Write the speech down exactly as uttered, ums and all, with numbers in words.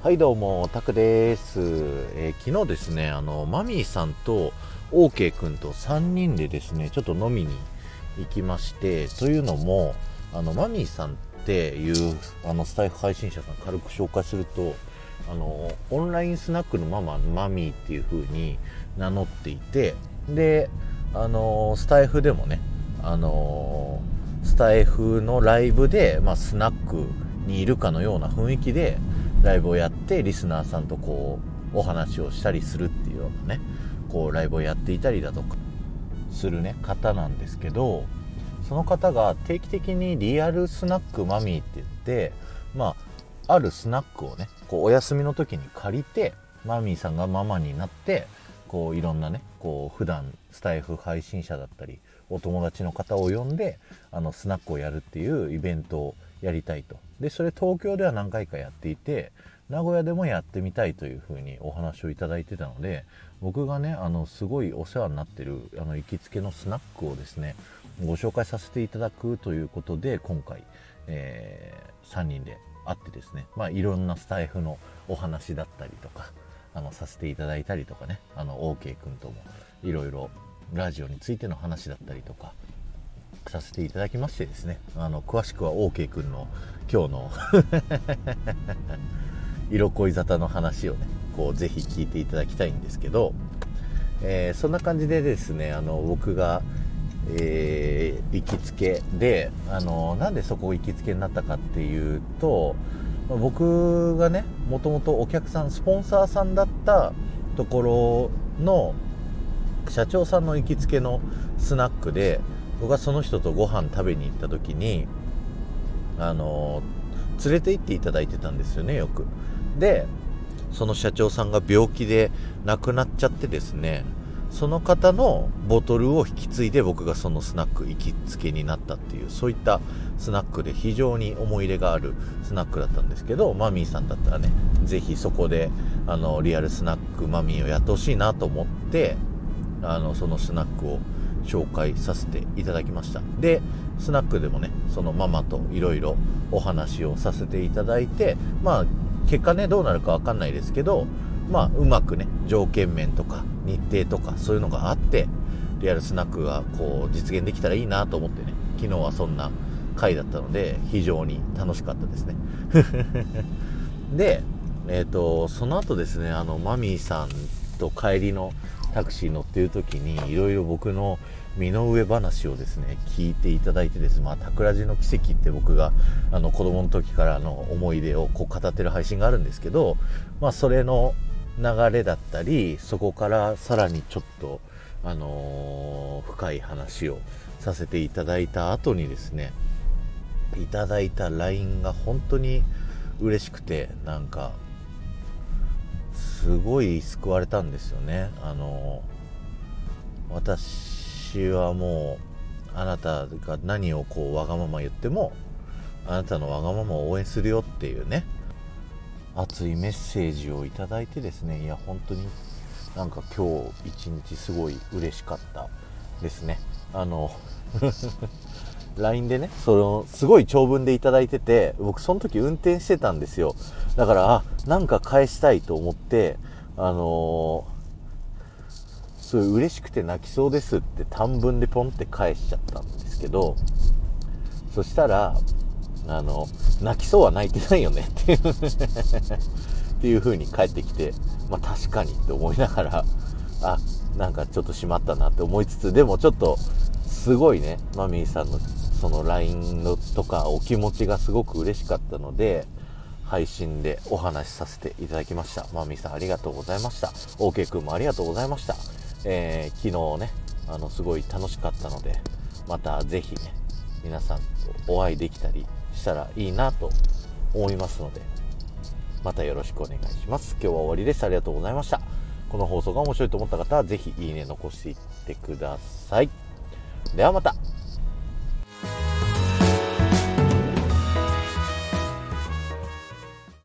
はいどうも、タクです、えー昨日ですね、あのマミーさんと OK 君とさんにんでですねちょっと飲みに行きまして、というのもあのマミーさんっていうあのスタイフ配信者さん軽く紹介すると、あのオンラインスナックのマママミーっていう風に名乗っていて、であのスタイフでもね、あのスタイフのライブで、まあ、スナックにいるかのような雰囲気でライブをやって、リスナーさんとこうお話をしたりするっていうようなね、こうライブをやっていたりだとかするね方なんですけど、その方が定期的にリアルスナックマミーって言って、まああるスナックをねこうお休みの時に借りて、マミーさんがママになってこういろんなねこう普段スタイフ配信者だったりお友達の方を呼んであのスナックをやるっていうイベントをやりたいと。でそれ東京では何回かやっていて、名古屋でもやってみたいというふうにお話をいただいてたので、僕がねあのすごいお世話になってるあの行きつけのスナックをですねご紹介させていただくということで、今回、えー、さんにんで会ってですね、まあいろんなスタイフのお話だったりとかあのさせていただいたりとかね、あの OK 君ともいろいろラジオについての話だったりとかさせていただきましてですね、あの詳しくは OK 君の今日の色恋沙汰の話をねこうぜひ聞いていただきたいんですけど、えー、そんな感じでですね、あの僕が、えー、行きつけで、あのなんでそこ行きつけになったかっていうと、僕がねもともとお客さんスポンサーさんだったところの社長さんの行きつけのスナックで、僕がその人とご飯食べに行った時にあの連れて行っていただいてたんですよね、よく。でその社長さんが病気で亡くなっちゃってですね、その方のボトルを引き継いで僕がそのスナック行きつけになったっていう、そういったスナックで非常に思い入れがあるスナックだったんですけど、マミーさんだったらねぜひそこであのリアルスナックマミーをやってほしいなと思って、あのそのスナックを紹介させていただきました。でスナックでもねそのママといろいろお話をさせていただいて、まあ結果ねどうなるかわかんないですけど、まあうまくね条件面とか日程とかそういうのがあってリアルスナックがこう実現できたらいいなと思ってね、昨日はそんな回だったので非常に楽しかったですねでえっとその後ですね、あのマミーさんと帰りのタクシー乗ってる時にいろいろ僕の身の上話をですね聞いていただいてですね、まあタクラジの奇跡って僕があの子供の時からの思い出をこう語ってる配信があるんですけど、まあそれの流れだったり、そこからさらにちょっとあのー、深い話をさせていただいた後にですね、いただいた ライン が本当に嬉しくて、なんかすごい救われたんですよね。あの私はもうあなたが何をこうわがまま言ってもあなたのわがままを応援するよっていうね熱いメッセージをいただいてですね、いや本当になんか今日一日すごい嬉しかったですね。あのライン でねそのすごい長文でいただいてて、僕その時運転してたんですよ。だからあなんか返したいと思って、あのー、すごい嬉しくて泣きそうですって短文でポンって返しちゃったんですけど、そしたらあの泣きそうは泣いてないよねっていうっていう風に返ってきて、まあ確かにって思いながら、あなんかちょっとしまったなって思いつつ、でもちょっとすごいねマミーさんのその ライン のとかお気持ちがすごく嬉しかったので配信でお話しさせていただきました。マミーさんありがとうございました。 OK 君もありがとうございました。えー、昨日ねあのすごい楽しかったので、またぜひね皆さんとお会いできたりしたらいいなと思いますので、またよろしくお願いします。今日は終わりです。ありがとうございました。この放送が面白いと思った方はぜひいいね残していってください。ではまた。